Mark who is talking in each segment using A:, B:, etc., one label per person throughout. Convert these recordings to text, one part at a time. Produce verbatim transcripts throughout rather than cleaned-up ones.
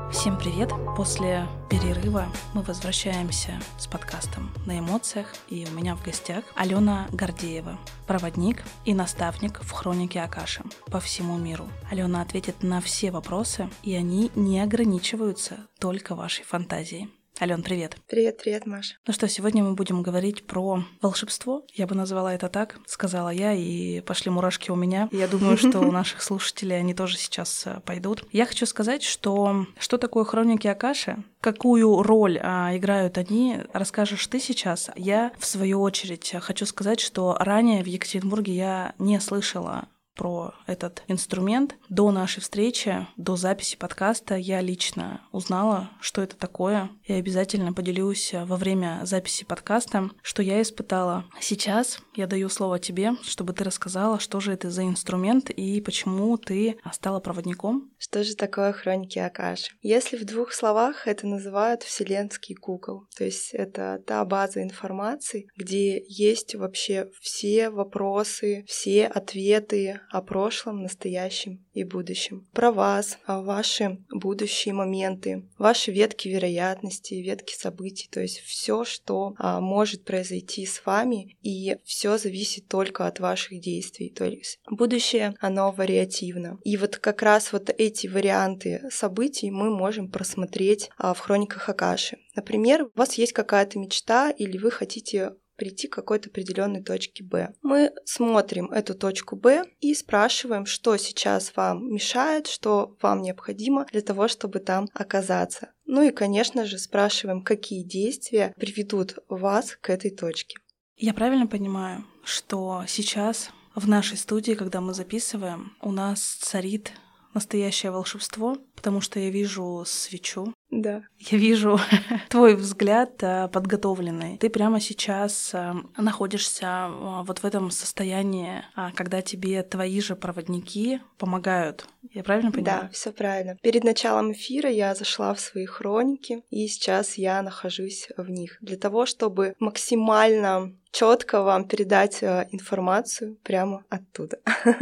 A: Всем привет! После перерыва мы возвращаемся с подкастом «На эмоциях», и у меня в гостях Алена Гордеева, проводник и наставник в хронике Акаши по всему миру. Алена ответит на все вопросы, и они не ограничиваются только вашей фантазией. Ален, привет.
B: Привет, привет, Маша.
A: Ну что, сегодня мы будем говорить про волшебство. Я бы назвала это так, сказала я, и пошли мурашки у меня. Я думаю, что у наших слушателей они тоже сейчас пойдут. Я хочу сказать, что что такое хроники Акаши, какую роль а, играют они, расскажешь ты сейчас. Я, в свою очередь, хочу сказать, что ранее в Екатеринбурге я не слышала про этот инструмент. До нашей встречи, до записи подкаста я лично узнала, что это такое. И обязательно поделюсь во время записи подкаста, что я испытала. Сейчас я даю слово тебе, чтобы ты рассказала, что же это за инструмент и почему ты стала проводником.
B: Что же такое хроники Акаши? Если в двух словах, это называют вселенский Google. То есть это та база информации, где есть вообще все вопросы, все ответы о прошлом, настоящем и будущем. Про вас, о ваши будущие моменты, ваши ветки вероятности, ветки событий, то есть все, что а, может произойти с вами, и все зависит только от ваших действий. То есть будущее, оно вариативно. И вот как раз вот эти варианты событий мы можем просмотреть а, в хрониках Акаши. Например, у вас есть какая-то мечта, или вы хотите прийти к какой-то определенной точке Б. Мы смотрим эту точку Б и спрашиваем, что сейчас вам мешает, что вам необходимо для того, чтобы там оказаться. Ну и, конечно же, спрашиваем, какие действия приведут вас к этой точке.
A: Я правильно понимаю, что сейчас в нашей студии, когда мы записываем, у нас царит настоящее волшебство, потому что я вижу свечу.
B: Да.
A: Я вижу твой взгляд подготовленный. Ты прямо сейчас находишься вот в этом состоянии, когда тебе твои же проводники помогают. Я правильно понимаю?
B: Да, все правильно. Перед началом эфира я зашла в свои хроники, и сейчас я нахожусь в них для того, чтобы максимально четко вам передать информацию прямо оттуда.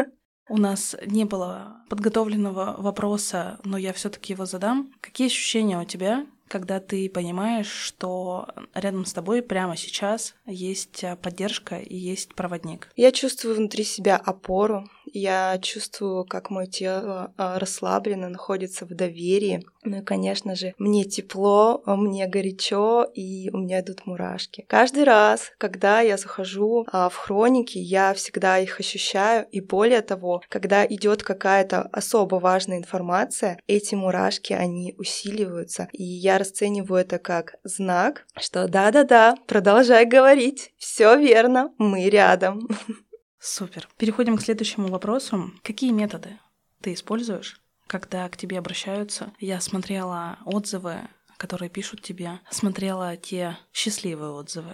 A: У нас не было подготовленного вопроса, но я все-таки его задам. Какие ощущения у тебя, когда ты понимаешь, что рядом с тобой прямо сейчас есть поддержка и есть проводник?
B: Я чувствую внутри себя опору, я чувствую, как мое тело расслаблено, находится в доверии. Ну и, конечно же, мне тепло, мне горячо, и у меня идут мурашки. Каждый раз, когда я захожу в хроники, я всегда их ощущаю, и более того, когда идет какая-то особо важная информация, эти мурашки, они усиливаются, и я расцениваю это как знак, что да-да-да, продолжай говорить, все верно, мы рядом.
A: Супер. Переходим к следующему вопросу. Какие методы ты используешь, когда к тебе обращаются? Я смотрела отзывы, которые пишут тебе, смотрела те счастливые отзывы,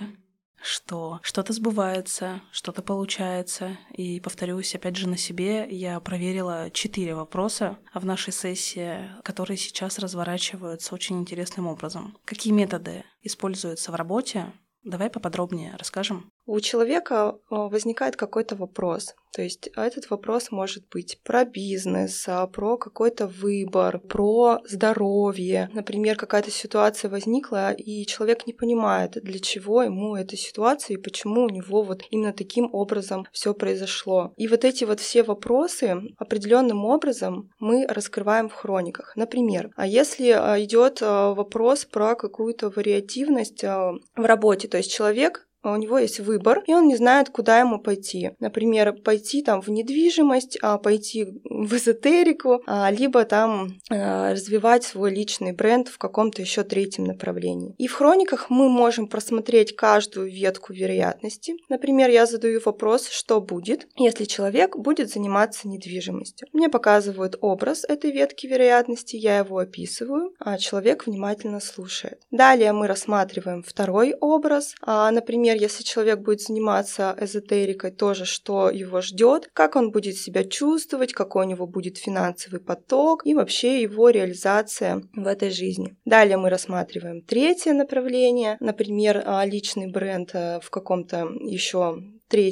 A: что что-то сбывается, что-то получается. И, повторюсь, опять же на себе, я проверила четыре вопроса в нашей сессии, которые сейчас разворачиваются очень интересным образом. Какие методы используются в работе? Давай поподробнее расскажем.
B: У человека возникает какой-то вопрос. То есть этот вопрос может быть про бизнес, про какой-то выбор, про здоровье. Например, какая-то ситуация возникла, и человек не понимает, для чего ему эта ситуация и почему у него вот именно таким образом все произошло. И вот эти вот все вопросы определенным образом мы раскрываем в хрониках. Например, а если идет вопрос про какую-то вариативность в работе, то есть человек, у него есть выбор, и он не знает, куда ему пойти. Например, пойти там в недвижимость, пойти в эзотерику, либо там развивать свой личный бренд в каком-то еще третьем направлении. И в хрониках мы можем просмотреть каждую ветку вероятности. Например, я задаю вопрос, что будет, если человек будет заниматься недвижимостью. Мне показывают образ этой ветки вероятности, я его описываю, а человек внимательно слушает. Далее мы рассматриваем второй образ, например, если человек будет заниматься эзотерикой, тоже что его ждет, как он будет себя чувствовать, какой у него будет финансовый поток и вообще его реализация в этой жизни. Далее мы рассматриваем третье направление, например, личный бренд в каком-то еще третьем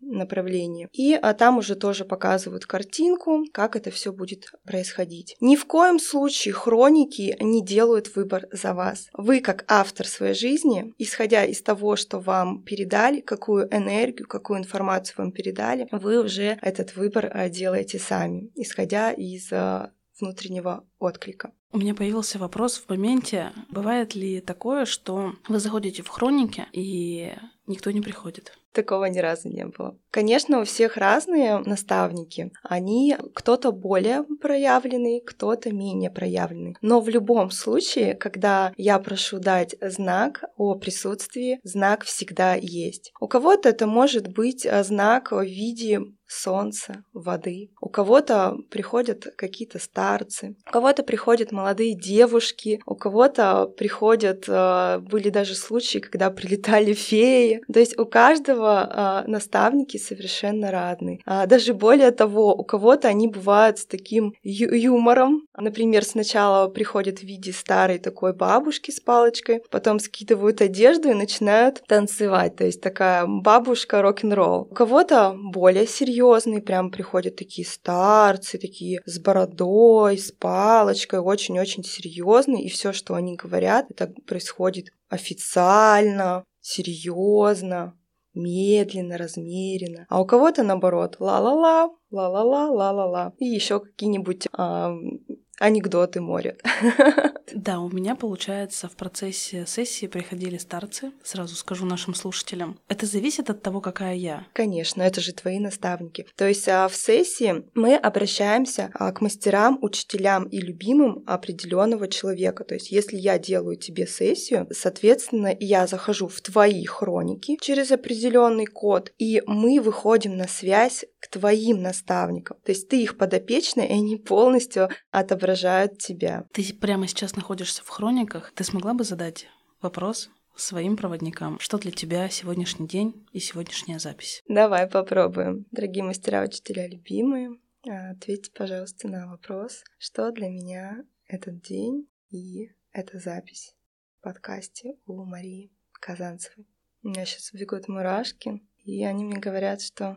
B: направлении. И а, там уже тоже показывают картинку, как это все будет происходить. Ни в коем случае хроники не делают выбор за вас. Вы, как автор своей жизни, исходя из того, что вам передали, какую энергию, какую информацию вам передали, вы уже этот выбор а, делаете сами, исходя из а, внутреннего отклика.
A: У меня появился вопрос в моменте, бывает ли такое, что вы заходите в хроники и никто не приходит?
B: Такого ни разу не было. Конечно, у всех разные наставники. Они кто-то более проявленный, кто-то менее проявленный. Но в любом случае, когда я прошу дать знак о присутствии, знак всегда есть. У кого-то это может быть знак в виде солнца, воды. У кого-то приходят какие-то старцы, у кого-то приходят молодые девушки, у кого-то приходят, были даже случаи, когда прилетали феи. То есть у каждого наставники совершенно разные. Даже более того, у кого-то они бывают с таким ю- юмором. Например, сначала приходят в виде старой такой бабушки с палочкой, потом скидывают одежду и начинают танцевать. То есть такая бабушка рок-н-ролл. У кого-то более серьезно серьезные, прям приходят такие старцы, такие с бородой, с палочкой, очень-очень серьезные, и все, что они говорят, это происходит официально, серьезно, медленно, размеренно. А у кого-то наоборот, ла-ла-ла, ла-ла-ла, ла-ла-ла, и еще какие-нибудь а, анекдоты морят.
A: Да, у меня, получается, в процессе сессии приходили старцы, сразу скажу нашим слушателям. Это зависит от того, какая я.
B: Конечно, это же твои наставники. То есть в сессии мы обращаемся к мастерам, учителям и любимым определенного человека. То есть если я делаю тебе сессию, соответственно, я захожу в твои хроники через определенный код, и мы выходим на связь к твоим наставникам. То есть ты их подопечный, и они полностью отображают тебя.
A: Ты прямо сейчас находишься в хрониках. Ты смогла бы задать вопрос своим проводникам? Что для тебя сегодняшний день и сегодняшняя запись?
B: Давай попробуем. Дорогие мастера, учителя, любимые, ответьте, пожалуйста, на вопрос, что для меня этот день и эта запись в подкасте у Марии Казанцевой. У меня сейчас бегут мурашки, и они мне говорят, что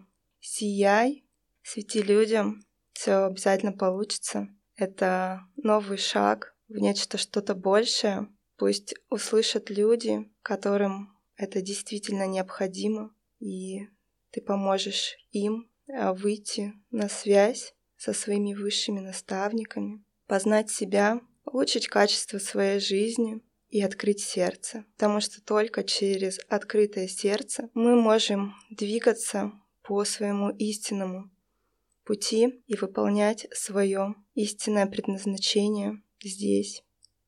B: сияй, свети людям, все обязательно получится. Это новый шаг в нечто что-то большее. Пусть услышат люди, которым это действительно необходимо, и ты поможешь им выйти на связь со своими высшими наставниками, познать себя, улучшить качество своей жизни и открыть сердце. Потому что только через открытое сердце мы можем двигаться по своему истинному пути и выполнять свое истинное предназначение здесь,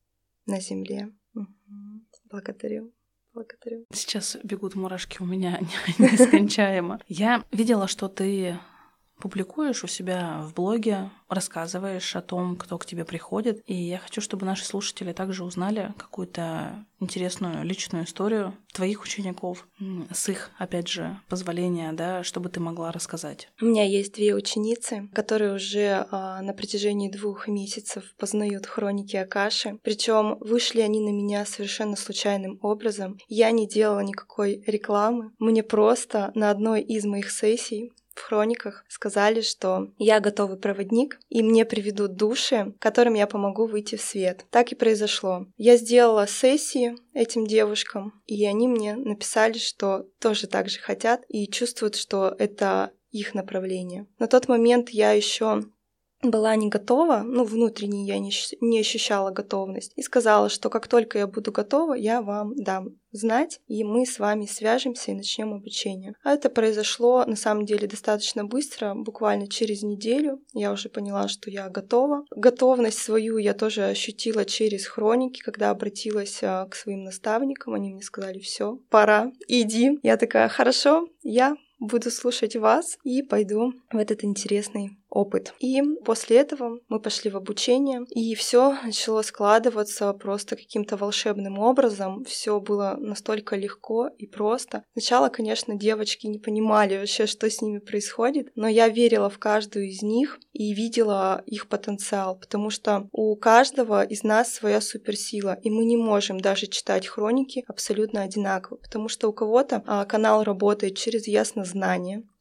B: на земле. Угу. Благодарю. Благодарю.
A: Сейчас бегут мурашки у меня нескончаемо. Я видела, что ты публикуешь у себя в блоге, рассказываешь о том, кто к тебе приходит. И я хочу, чтобы наши слушатели также узнали какую-то интересную личную историю твоих учеников, с их, опять же, позволения, да, чтобы ты могла рассказать.
B: У меня есть две ученицы, которые уже а, на протяжении двух месяцев познают хроники Акаши. Причем вышли они на меня совершенно случайным образом. Я не делала никакой рекламы. Мне просто на одной из моих сессий в хрониках сказали, что я готовый проводник, и мне приведут души, которым я помогу выйти в свет. Так и произошло. Я сделала сессии этим девушкам, и они мне написали, что тоже так же хотят и чувствуют, что это их направление. На тот момент я еще была не готова, ну, внутренне я не, не ощущала готовность, и сказала, что как только я буду готова, я вам дам знать, и мы с вами свяжемся и начнем обучение. А это произошло, на самом деле, достаточно быстро, буквально через неделю я уже поняла, что я готова. Готовность свою я тоже ощутила через хроники, когда обратилась к своим наставникам, они мне сказали: все, пора, иди. Я такая: хорошо, я буду слушать вас и пойду в этот интересный опыт. И после этого мы пошли в обучение, и все начало складываться просто каким-то волшебным образом. Все было настолько легко и просто. Сначала, конечно, девочки не понимали вообще, что с ними происходит, но я верила в каждую из них и видела их потенциал, потому что у каждого из нас своя суперсила, и мы не можем даже читать хроники абсолютно одинаково, потому что у кого-то а, канал работает через яснознание,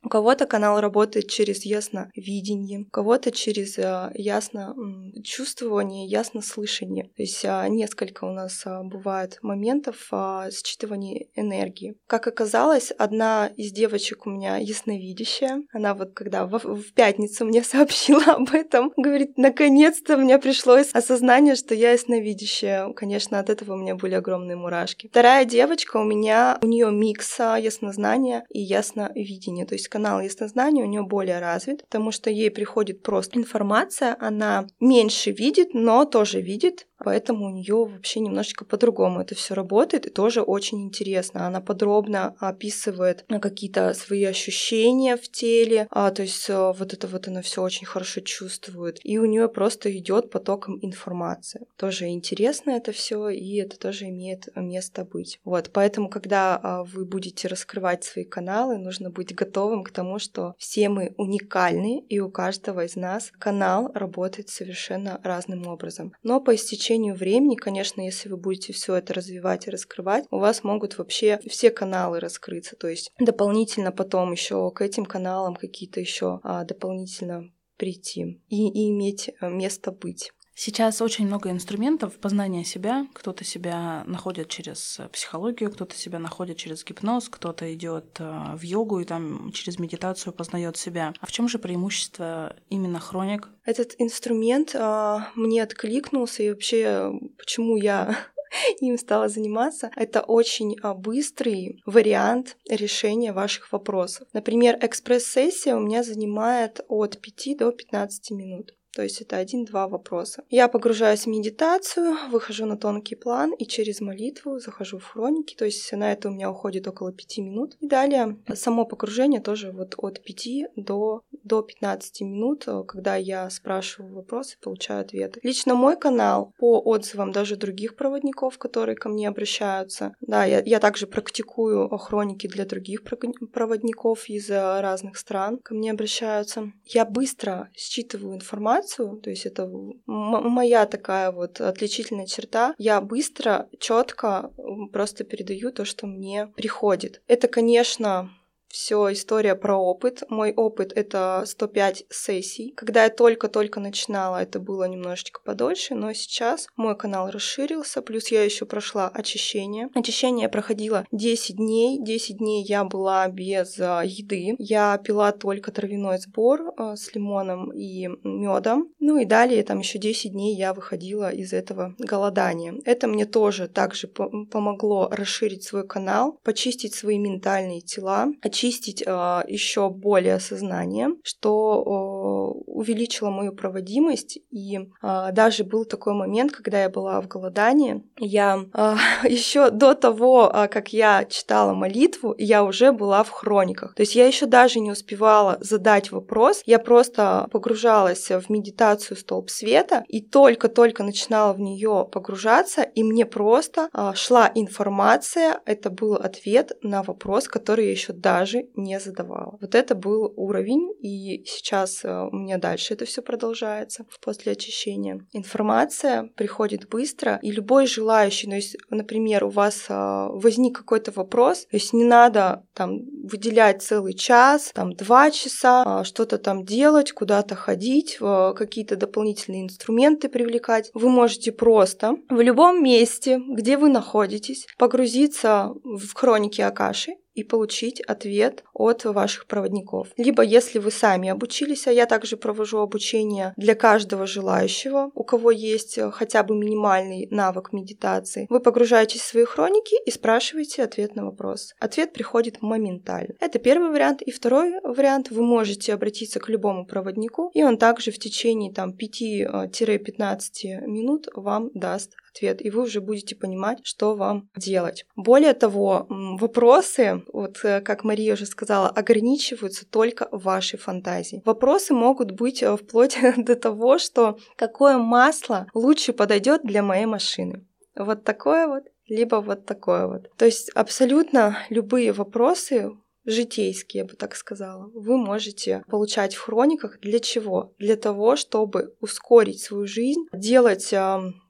B: У кого-то канал работает через ясновидение, у кого-то через ясно чувствование, яснослышание. То есть несколько у нас бывает моментов считывания энергии. Как оказалось, одна из девочек у меня ясновидящая. Она вот когда в, в пятницу мне сообщила об этом, говорит, наконец-то мне пришло осознание, что я ясновидящая. Конечно, от этого у меня были огромные мурашки. Вторая девочка у меня, у нее микс яснознания и ясновидения. То есть канал яснознания у нее более развит, потому что ей приходит просто информация, она меньше видит, но тоже видит, поэтому у нее вообще немножечко по-другому это все работает, и тоже очень интересно. Она подробно описывает какие-то свои ощущения в теле, а, то есть вот это вот она все очень хорошо чувствует, и у нее просто идет потоком информации. Тоже интересно это все, и это тоже имеет место быть. Вот, поэтому, когда вы будете раскрывать свои каналы, нужно быть готовым к тому, что все мы уникальны, и у каждого из нас канал работает совершенно разным образом. Но по истечению времени, конечно, если вы будете все это развивать и раскрывать, у вас могут вообще все каналы раскрыться. То есть дополнительно потом еще к этим каналам какие-то еще а, дополнительно прийти и, и иметь место быть.
A: Сейчас очень много инструментов познания себя. Кто-то себя находит через психологию, кто-то себя находит через гипноз, кто-то идет в йогу и там через медитацию познает себя. А в чем же преимущество именно хроник?
B: Этот инструмент а, мне откликнулся, и вообще почему я им стала заниматься, это очень быстрый вариант решения ваших вопросов. Например, экспресс-сессия у меня занимает от пяти до пятнадцати минут. То есть это один-два вопроса. Я погружаюсь в медитацию, выхожу на тонкий план и через молитву захожу в хроники. То есть на это у меня уходит около пяти минут. И далее само погружение тоже вот от пяти до, до пятнадцати минут, когда я спрашиваю вопросы, получаю ответы. Лично мой канал по отзывам даже других проводников, которые ко мне обращаются. Да, я, я также практикую хроники для других проводников из разных стран. Ко мне обращаются. Я быстро считываю информацию, то есть это м- моя такая вот отличительная черта. Я быстро, четко просто передаю то, что мне приходит. Это, конечно, все история про опыт. Мой опыт — это сто пять сессий. Когда я только-только начинала, это было немножечко подольше, но сейчас мой канал расширился, плюс я еще прошла очищение. Очищение я проходила десять дней. десять дней я была без а, еды. Я пила только травяной сбор а, с лимоном и медом. Ну и далее там еще десять дней я выходила из этого голодания. Это мне тоже также по- помогло расширить свой канал, почистить свои ментальные тела, очистить э, еще более сознание, что э, увеличило мою проводимость. И э, даже был такой момент, когда я была в голодании, я э, еще до того, э, как я читала молитву, я уже была в хрониках. То есть я еще даже не успевала задать вопрос, я просто погружалась в медитацию «Столб света» и только-только начинала в нее погружаться, и мне просто э, шла информация, это был ответ на вопрос, который я еще даже не задавала. Вот это был уровень, и сейчас у меня дальше это все продолжается после очищения. Информация приходит быстро, и любой желающий, ну, если, например, у вас возник какой-то вопрос, то есть не надо там выделять целый час, там два часа, что-то там делать, куда-то ходить, какие-то дополнительные инструменты привлекать. Вы можете просто в любом месте, где вы находитесь, погрузиться в хроники Акаши и получить ответ от ваших проводников. Либо если вы сами обучились, а я также провожу обучение для каждого желающего, у кого есть хотя бы минимальный навык медитации, вы погружаетесь в свои хроники и спрашиваете ответ на вопрос. Ответ приходит моментально. Это первый вариант. И второй вариант, вы можете обратиться к любому проводнику, и он также в течение там, пяти-пятнадцати минут вам даст ответ, и вы уже будете понимать, что вам делать. Более того, вопросы, вот как Мария уже сказала, ограничиваются только вашей фантазией. Вопросы могут быть вплоть до того, что какое масло лучше подойдет для моей машины. Вот такое вот, либо вот такое вот. То есть абсолютно любые вопросы, житейские, я бы так сказала, вы можете получать в хрониках. Для чего? Для того, чтобы ускорить свою жизнь, делать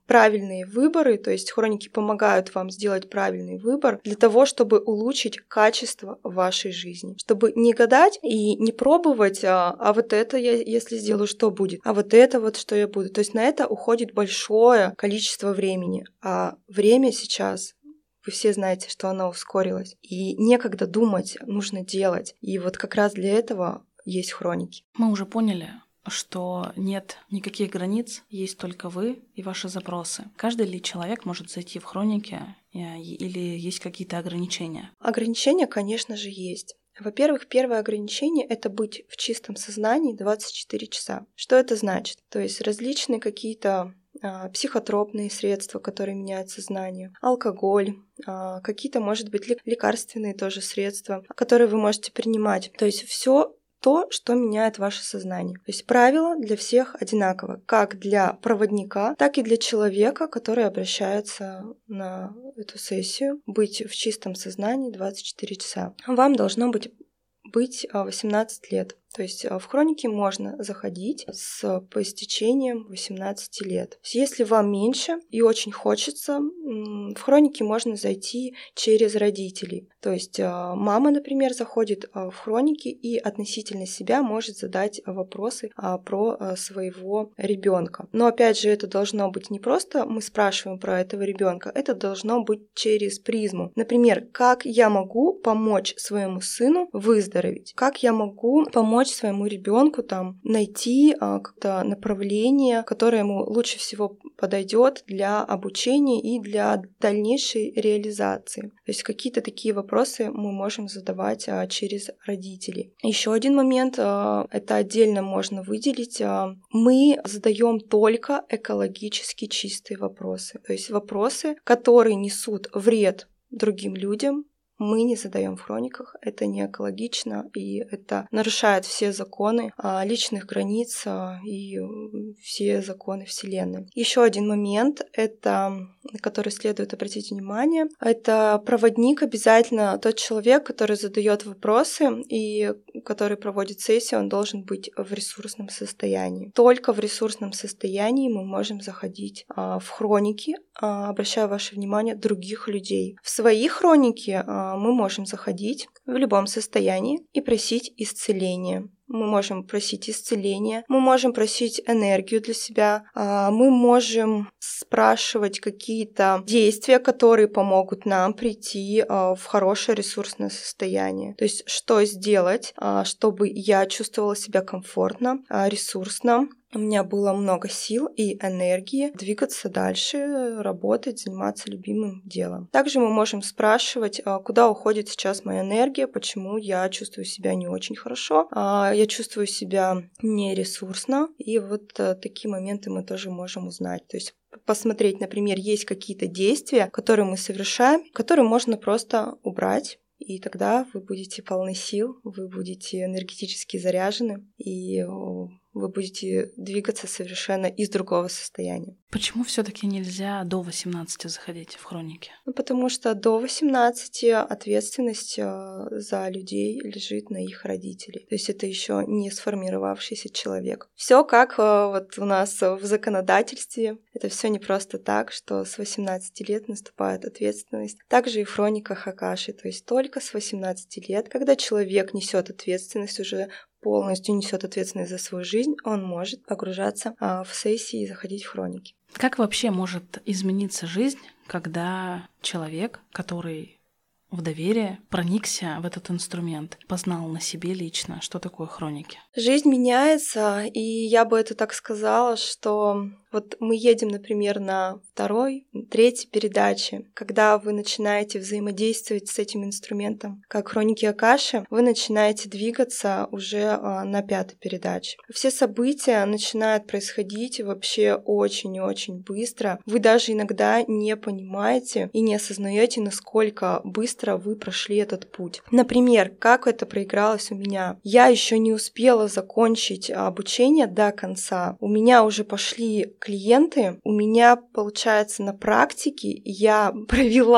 B: правильные выборы, то есть хроники помогают вам сделать правильный выбор для того, чтобы улучшить качество вашей жизни, чтобы не гадать и не пробовать, а, а вот это я, если сделаю, что будет, а вот это вот, что я буду. То есть на это уходит большое количество времени, а время сейчас, вы все знаете, что оно ускорилось, и некогда думать, нужно делать. И вот как раз для этого есть хроники.
A: Мы уже поняли, что нет никаких границ, есть только вы и ваши запросы. Каждый ли человек может зайти в хроники или есть какие-то ограничения?
B: Ограничения, конечно же, есть. Во-первых, первое ограничение — это быть в чистом сознании двадцать четыре часа. Что это значит? То есть различные какие-то а, психотропные средства, которые меняют сознание, алкоголь, а, какие-то, может быть, лекарственные тоже средства, которые вы можете принимать. То есть все то, что меняет ваше сознание. То есть правило для всех одинаково, как для проводника, так и для человека, который обращается на эту сессию, быть в чистом сознании двадцать четыре часа. Вам должно быть, быть восемнадцать лет. То есть в хроники можно заходить с по истечением восемнадцати лет. Если вам меньше и очень хочется, в хроники можно зайти через родителей. То есть мама, например, заходит в хроники и относительно себя может задать вопросы про своего ребенка. Но опять же, это должно быть не просто мы спрашиваем про этого ребенка, это должно быть через призму. Например, как я могу помочь своему сыну выздороветь? Как я могу помочь своему ребенку там найти а, как-то направление, которое ему лучше всего подойдет для обучения и для дальнейшей реализации. То есть какие-то такие вопросы мы можем задавать а, через родителей. Еще один момент, а, это отдельно можно выделить. А, мы задаем только экологически чистые вопросы. То есть вопросы, которые несут вред другим людям, мы не задаем в хрониках, это не экологично, и это нарушает все законы личных границ и все законы Вселенной. Еще один момент, это, на который следует обратить внимание, это проводник обязательно, тот человек, который задает вопросы и который проводит сессию, он должен быть в ресурсном состоянии. Только в ресурсном состоянии мы можем заходить в хроники, обращая ваше внимание других людей. В свои хроники мы можем заходить в любом состоянии и просить исцеления. Мы можем просить исцеления, мы можем просить энергию для себя, мы можем спрашивать какие-то действия, которые помогут нам прийти в хорошее ресурсное состояние. То есть что сделать, чтобы я чувствовала себя комфортно, ресурсно, у меня было много сил и энергии двигаться дальше, работать, заниматься любимым делом. Также мы можем спрашивать, куда уходит сейчас моя энергия, почему я чувствую себя не очень хорошо, я чувствую себя нересурсно, и вот такие моменты мы тоже можем узнать. То есть посмотреть, например, есть какие-то действия, которые мы совершаем, которые можно просто убрать, и тогда вы будете полны сил, вы будете энергетически заряжены, и вы будете двигаться совершенно из другого состояния.
A: Почему все-таки нельзя до восемнадцати заходить в хроники?
B: Ну, потому что до восемнадцати ответственность за людей лежит на их родителей. То есть это еще не сформировавшийся человек. Все как вот у нас в законодательстве. Это все не просто так, что с восемнадцати лет наступает ответственность. Также и в хрониках Акаши. То есть только с восемнадцати лет, когда человек несет ответственность уже полностью несет ответственность за свою жизнь, он может погружаться а, в сессии и заходить в хроники.
A: Как вообще может измениться жизнь, когда человек, который в доверие проникся в этот инструмент, познал на себе лично, что такое хроники?
B: Жизнь меняется, и я бы это так сказала, что вот мы едем, например, на второй, третьей передаче. Когда вы начинаете взаимодействовать с этим инструментом, как хроники Акаши, вы начинаете двигаться уже а, на пятой передаче. Все события начинают происходить вообще очень и очень быстро. Вы даже иногда не понимаете и не осознаете, насколько быстро вы прошли этот путь. Например, как это проигралось у меня. Я еще не успела закончить обучение до конца. У меня уже пошли клиенты, у меня, получается, на практике я провела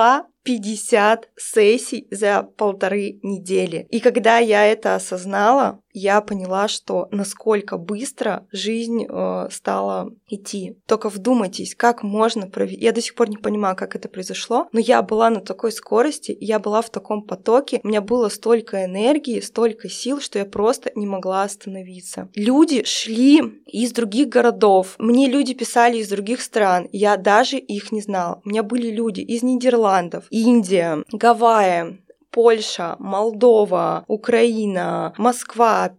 B: пятьдесят сессий за полторы недели. И когда я это осознала, я поняла, что насколько быстро жизнь э, стала идти. Только вдумайтесь, как можно провести... Я до сих пор не понимаю, как это произошло, но я была на такой скорости, я была в таком потоке, у меня было столько энергии, столько сил, что я просто не могла остановиться. Люди шли из других городов, мне люди писали из других стран, я даже их не знала. У меня были люди из Нидерландов, Индия, Гавайи, Польша, Молдова, Украина, Москва,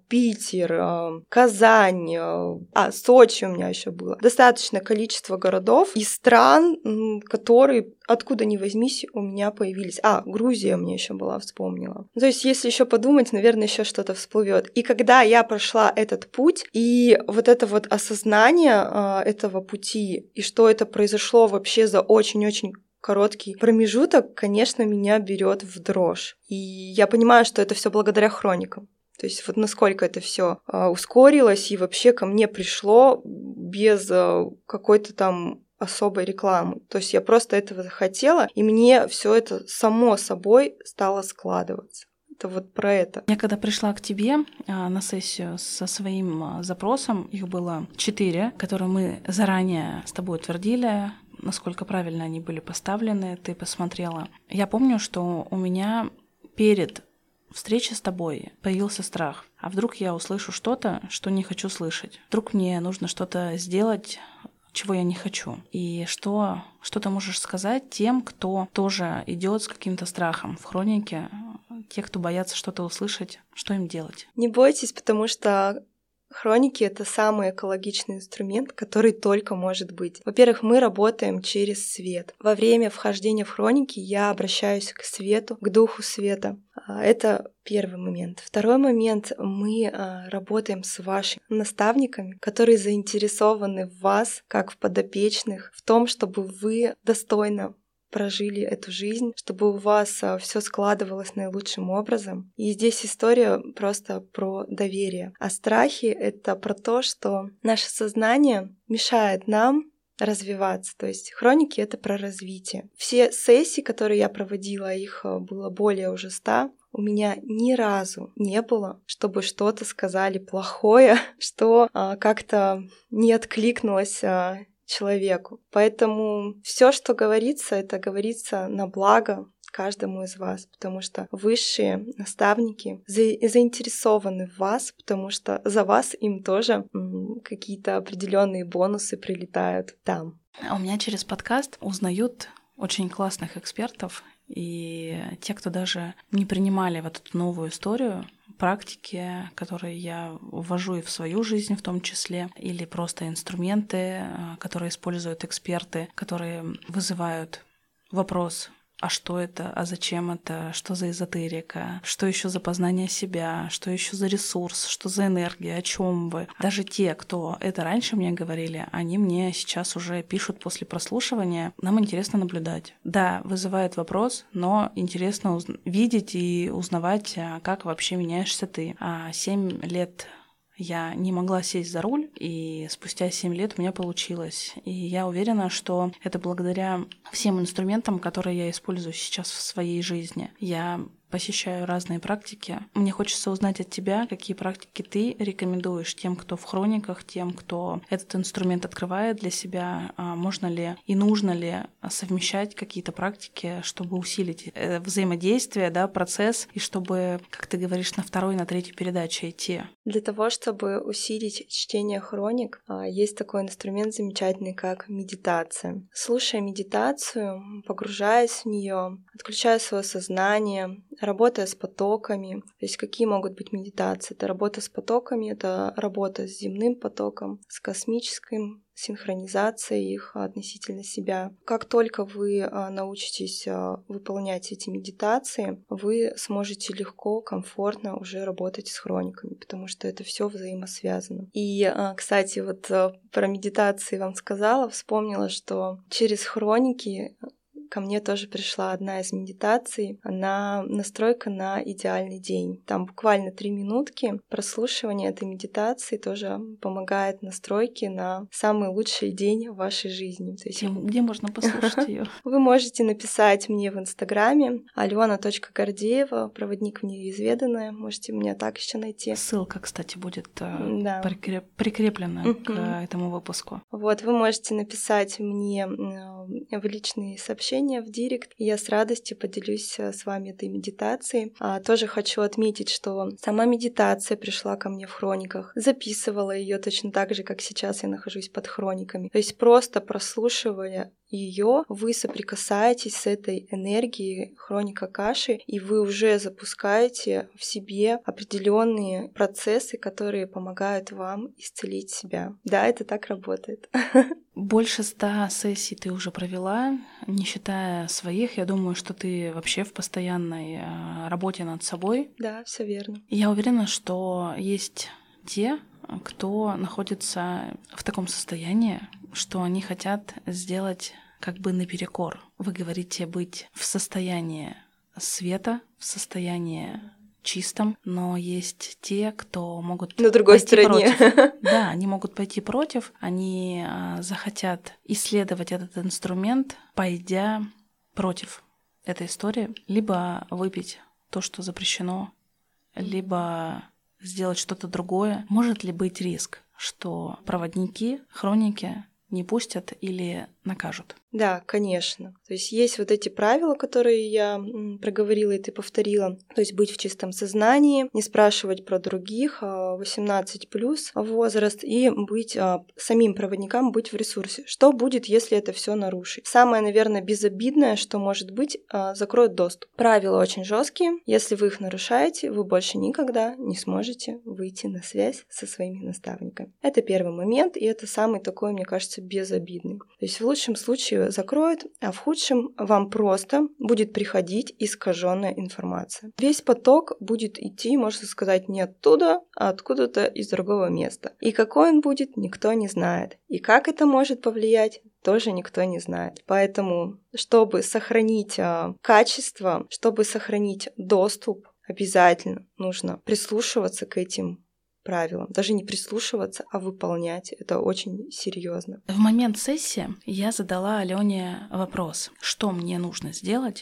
B: Питер, Казань, а, Сочи у меня еще было. Достаточное количество городов и стран, которые, откуда ни возьмись, у меня появились. А, Грузия у меня еще была, вспомнила. То есть, если еще подумать, наверное, еще что-то всплывет. И когда я прошла этот путь, и вот это вот осознание а, этого пути, и что это произошло вообще за очень-очень короткий промежуток, конечно, меня берет в дрожь. И я понимаю, что это все благодаря хроникам. То есть вот насколько это все а, ускорилось и вообще ко мне пришло без а, какой-то там особой рекламы. То есть я просто этого захотела, и мне все это само собой стало складываться. Это вот про это.
A: Я когда пришла к тебе а, на сессию со своим а, запросом, их было четыре, которые мы заранее с тобой утвердили, насколько правильно они были поставлены, ты посмотрела. Я помню, что у меня перед встречей с тобой появился страх. А вдруг я услышу что-то, что не хочу слышать? Вдруг мне нужно что-то сделать, чего я не хочу? И что, что ты можешь сказать тем, кто тоже идет с каким-то страхом в хронике, те, кто боятся что-то услышать, что им делать?
B: Не бойтесь, потому что хроники — это самый экологичный инструмент, который только может быть. Во-первых, мы работаем через свет. Во время вхождения в хроники я обращаюсь к свету, к духу света. Это первый момент. Второй момент. Мы работаем с вашими наставниками, которые заинтересованы в вас, как в подопечных, в том, чтобы вы достойно прожили эту жизнь, чтобы у вас все складывалось наилучшим образом. И здесь история просто про доверие. А страхи — это про то, что наше сознание мешает нам развиваться. То есть хроники — это про развитие. Все сессии, которые я проводила, их было более уже ста, у меня ни разу не было, чтобы что-то сказали плохое, что а, как-то не откликнулось а, человеку. Поэтому все, что говорится, это говорится на благо каждому из вас, потому что высшие наставники за- заинтересованы в вас, потому что за вас им тоже м, какие-то определенные бонусы прилетают там.
A: А у меня через подкаст узнают очень классных экспертов, и те, кто даже не принимали вот эту новую историю, практики, которые я ввожу и в свою жизнь в том числе, или просто инструменты, которые используют эксперты, которые вызывают вопрос: а что это, а зачем это, что за эзотерика, что еще за познание себя, что еще за ресурс, что за энергия, о чем вы. Даже те, кто это раньше мне говорили, они мне сейчас уже пишут после прослушивания: нам интересно наблюдать. Да, вызывает вопрос, но интересно уз... видеть и узнавать, как вообще меняешься ты. А семь лет я не могла сесть за руль, и спустя семь лет у меня получилось. И я уверена, что это благодаря всем инструментам, которые я использую сейчас в своей жизни. Я посещаю разные практики. Мне хочется узнать от тебя, какие практики ты рекомендуешь тем, кто в хрониках, тем, кто этот инструмент открывает для себя. Можно ли и нужно ли совмещать какие-то практики, чтобы усилить взаимодействие, да, процесс, и чтобы, как ты говоришь, на второй, на третьей передаче идти?
B: Для того, чтобы усилить чтение хроник, есть такой инструмент замечательный, как медитация. Слушая медитацию, погружаясь в нее, отключая свое сознание, работая с потоками. То есть какие могут быть медитации? Это работа с потоками, это работа с земным потоком, с космическим, синхронизацией их относительно себя. Как только вы научитесь выполнять эти медитации, вы сможете легко, комфортно уже работать с хрониками, потому что это все взаимосвязано. И, кстати, вот про медитации вам сказала, вспомнила, что через хроники ко мне тоже пришла одна из медитаций. Она настройка на идеальный день. Там буквально три минутки прослушивания этой медитации тоже помогает настройке на самый лучший день в вашей жизни. То есть...
A: Где, где можно послушать ее?
B: Вы можете написать мне в Инстаграме алена точка гордеева, проводник в неизведанное. Можете меня так еще найти.
A: Ссылка, кстати, будет
B: да.
A: прикреп... прикреплена uh-huh. к этому выпуску.
B: Вот, вы можете написать мне в личные сообщения, в директ. И я с радостью поделюсь с вами этой медитацией. А, тоже хочу отметить, что сама медитация пришла ко мне в хрониках. Записывала ее точно так же, как сейчас я нахожусь под хрониками. То есть просто прослушивая ее, вы соприкасаетесь с этой энергией хроник Акаши, и вы уже запускаете в себе определенные процессы, которые помогают вам исцелить себя. Да, это так работает.
A: Больше ста сессий ты уже провела, не считая своих. Я думаю, что ты вообще в постоянной работе над собой.
B: Да, все верно.
A: Я уверена, что есть те, кто находится в таком состоянии, что они хотят сделать как бы наперекор. Вы говорите быть в состоянии света, в состоянии чистом, но есть те, кто могут
B: на другой
A: пойти
B: стороне.
A: Против. Да, они могут пойти против, они а, захотят исследовать этот инструмент, пойдя против этой истории, либо выпить то, что запрещено, либо сделать что-то другое. Может ли быть риск, что проводники, хроники не пустят или накажут?
B: Да, конечно. То есть есть вот эти правила, которые я проговорила и ты повторила. То есть быть в чистом сознании, не спрашивать про других, восемнадцать плюс возраст, и быть самим проводникам, быть в ресурсе. Что будет, если это все нарушить? Самое, наверное, безобидное, что может быть, закроют доступ. Правила очень жесткие. Если вы их нарушаете, вы больше никогда не сможете выйти на связь со своими наставниками. Это первый момент, и это самый такой, мне кажется, безобидный. То есть в лучшем случае закроют, а в худшем вам просто будет приходить искаженная информация. Весь поток будет идти, можно сказать, не оттуда, а откуда-то из другого места. И какой он будет, никто не знает. И как это может повлиять, тоже никто не знает. Поэтому, чтобы сохранить а, качество, чтобы сохранить доступ, обязательно нужно прислушиваться к этим правилам. Даже не прислушиваться, а выполнять. Это очень серьезно.
A: В момент сессии я задала Алене вопрос, что мне нужно сделать,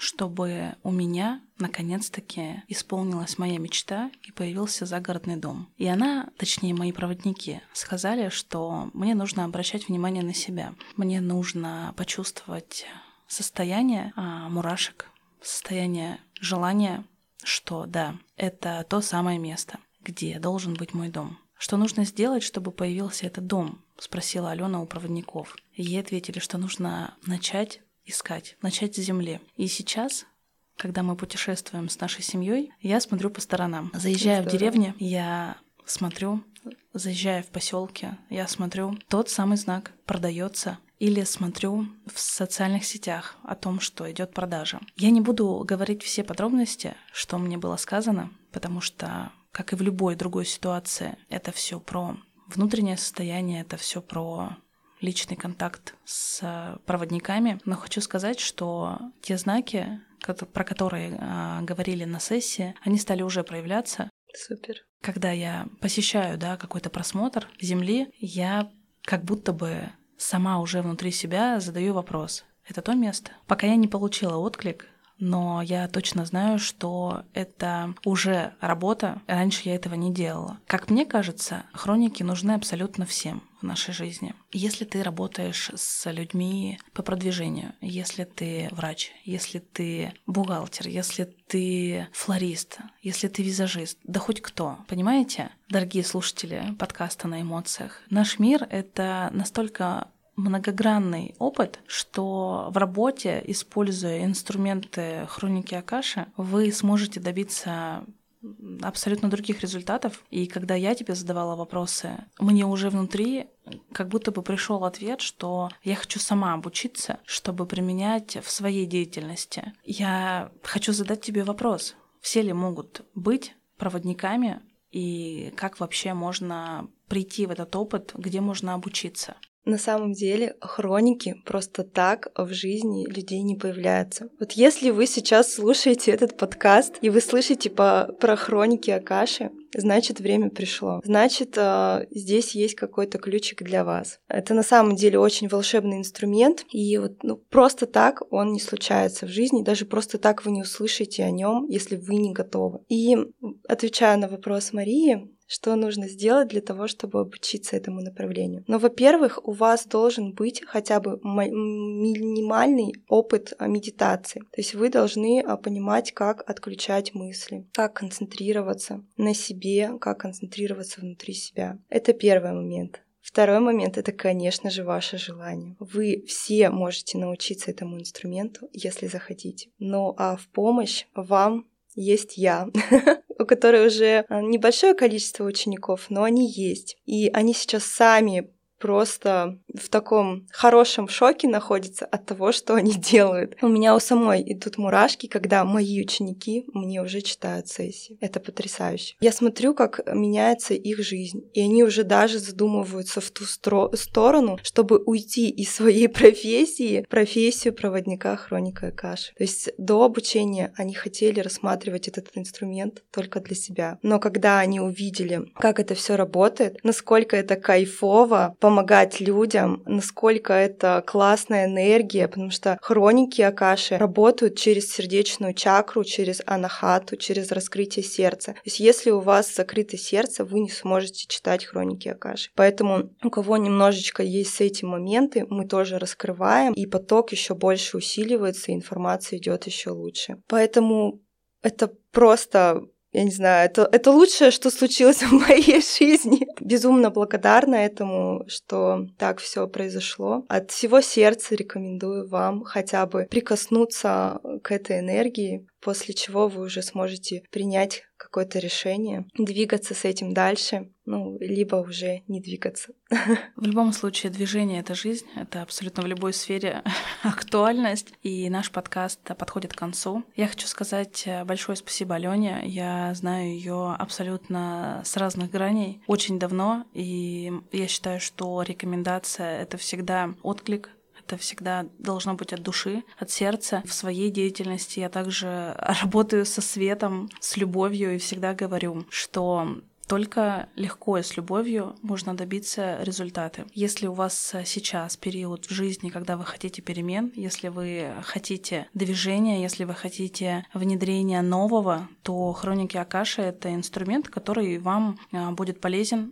A: чтобы у меня наконец-таки исполнилась моя мечта и появился загородный дом. И она, точнее мои проводники, сказали, что мне нужно обращать внимание на себя. Мне нужно почувствовать состояние а, мурашек, состояние желания, что да, это то самое место, где должен быть мой дом. Что нужно сделать, чтобы появился этот дом? Спросила Алена у проводников. Ей ответили, что нужно начать искать, начать с земли. И сейчас, когда мы путешествуем с нашей семьей, я смотрю по сторонам. Заезжая в деревню, я смотрю, заезжая в поселке, я смотрю, тот самый знак продается. Или смотрю в социальных сетях о том, что идет продажа. Я не буду говорить все подробности, что мне было сказано, потому что, как и в любой другой ситуации, это все про внутреннее состояние, это все про личный контакт с проводниками. Но хочу сказать, что те знаки, про которые а, говорили на сессии, они стали уже проявляться.
B: Супер.
A: Когда я посещаю, да, какой-то просмотр Земли, я как будто бы сама уже внутри себя задаю вопрос. Это то место? Пока я не получила отклик, но я точно знаю, что это уже работа. Раньше я этого не делала. Как мне кажется, хроники нужны абсолютно всем в нашей жизни. Если ты работаешь с людьми по продвижению, если ты врач, если ты бухгалтер, если ты флорист, если ты визажист, да хоть кто, понимаете? Дорогие слушатели подкаста «На эмоциях», наш мир — это настолько многогранный опыт, что в работе, используя инструменты хроники Акаши, вы сможете добиться абсолютно других результатов. И когда я тебе задавала вопросы, мне уже внутри как будто бы пришел ответ, что я хочу сама обучиться, чтобы применять в своей деятельности. Я хочу задать тебе вопрос. Все ли могут быть проводниками и как вообще можно прийти в этот опыт, где можно обучиться?
B: На самом деле хроники просто так в жизни людей не появляются. Вот если вы сейчас слушаете этот подкаст и вы слышите по, про хроники Акаши, значит, время пришло. Значит, здесь есть какой-то ключик для вас. Это на самом деле очень волшебный инструмент, и вот ну, просто так он не случается в жизни, даже просто так вы не услышите о нем, если вы не готовы. И отвечая на вопрос Марии, что нужно сделать для того, чтобы обучиться этому направлению? Ну, во-первых, у вас должен быть хотя бы минимальный опыт медитации. То есть вы должны понимать, как отключать мысли, как концентрироваться на себе, как концентрироваться внутри себя. Это первый момент. Второй момент — это, конечно же, ваше желание. Вы все можете научиться этому инструменту, если захотите. Ну а в помощь вам есть я, у которой уже небольшое количество учеников, но они есть. И они сейчас сами просто в таком хорошем шоке находятся от того, что они делают. У меня у самой идут мурашки, когда мои ученики мне уже читают сессии. Это потрясающе. Я смотрю, как меняется их жизнь, и они уже даже задумываются в ту стро- сторону, чтобы уйти из своей профессии в профессию проводника хроника Акаши. То есть до обучения они хотели рассматривать этот инструмент только для себя. Но когда они увидели, как это все работает, насколько это кайфово, помогать людям, насколько это классная энергия, потому что хроники Акаши работают через сердечную чакру, через анахату, через раскрытие сердца. То есть если у вас закрыто сердце, вы не сможете читать хроники Акаши. Поэтому у кого немножечко есть с этим моменты, мы тоже раскрываем, и поток еще больше усиливается, и информация идет еще лучше. Поэтому это просто... Я не знаю, это, это лучшее, что случилось в моей жизни. Безумно благодарна этому, что так все произошло. От всего сердца рекомендую вам хотя бы прикоснуться к этой энергии, после чего вы уже сможете принять какое-то решение, двигаться с этим дальше, ну, либо уже не двигаться.
A: В любом случае, движение — это жизнь, это абсолютно в любой сфере актуальность, и наш подкаст подходит к концу. Я хочу сказать большое спасибо Алёне. Я знаю ее абсолютно с разных граней, очень давно, и я считаю, что рекомендация — это всегда отклик. Это всегда должно быть от души, от сердца. В своей деятельности я также работаю со светом, с любовью и всегда говорю, что только легко и с любовью можно добиться результата. Если у вас сейчас период в жизни, когда вы хотите перемен, если вы хотите движения, если вы хотите внедрения нового, то хроники Акаши — это инструмент, который вам будет полезен,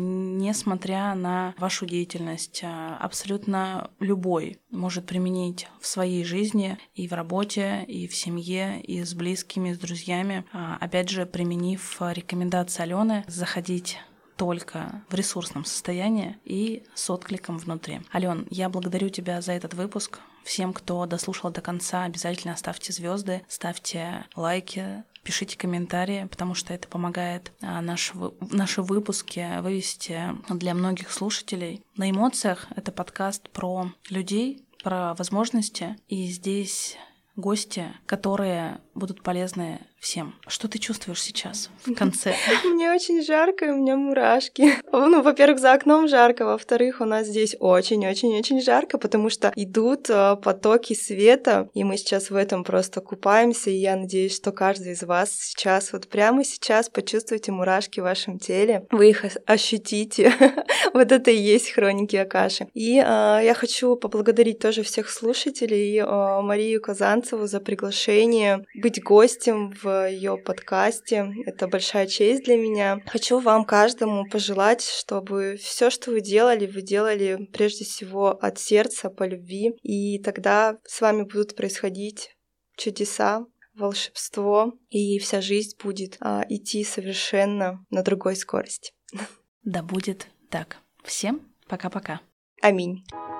A: несмотря на вашу деятельность. Абсолютно любой может применить в своей жизни, и в работе, и в семье, и с близкими, с друзьями. Опять же, применив рекомендации Алены, заходить только в ресурсном состоянии и с откликом внутри. Алён, я благодарю тебя за этот выпуск. Всем, кто дослушал до конца, обязательно ставьте звезды, ставьте лайки, пишите комментарии, потому что это помогает наш, наши выпуски вывести для многих слушателей. На эмоциях — это подкаст про людей, про возможности, и здесь гости, которые будут полезны всем. Что ты чувствуешь сейчас в конце?
B: Мне очень жарко, и у меня мурашки. Ну, во-первых, за окном жарко, во-вторых, у нас здесь очень-очень-очень жарко, потому что идут потоки света, и мы сейчас в этом просто купаемся, и я надеюсь, что каждый из вас сейчас, вот прямо сейчас почувствуете мурашки в вашем теле, вы их ощутите. Вот это и есть хроники Акаши. И я хочу поблагодарить тоже всех слушателей, Марию Казанцеву за приглашение быть гостем в ее подкасте. Это большая честь для меня. Хочу вам каждому пожелать, чтобы все, что вы делали, вы делали прежде всего от сердца, по любви, и тогда с вами будут происходить чудеса, волшебство, и вся жизнь будет а, идти совершенно на другой скорости.
A: Да будет так. Всем пока-пока.
B: Аминь.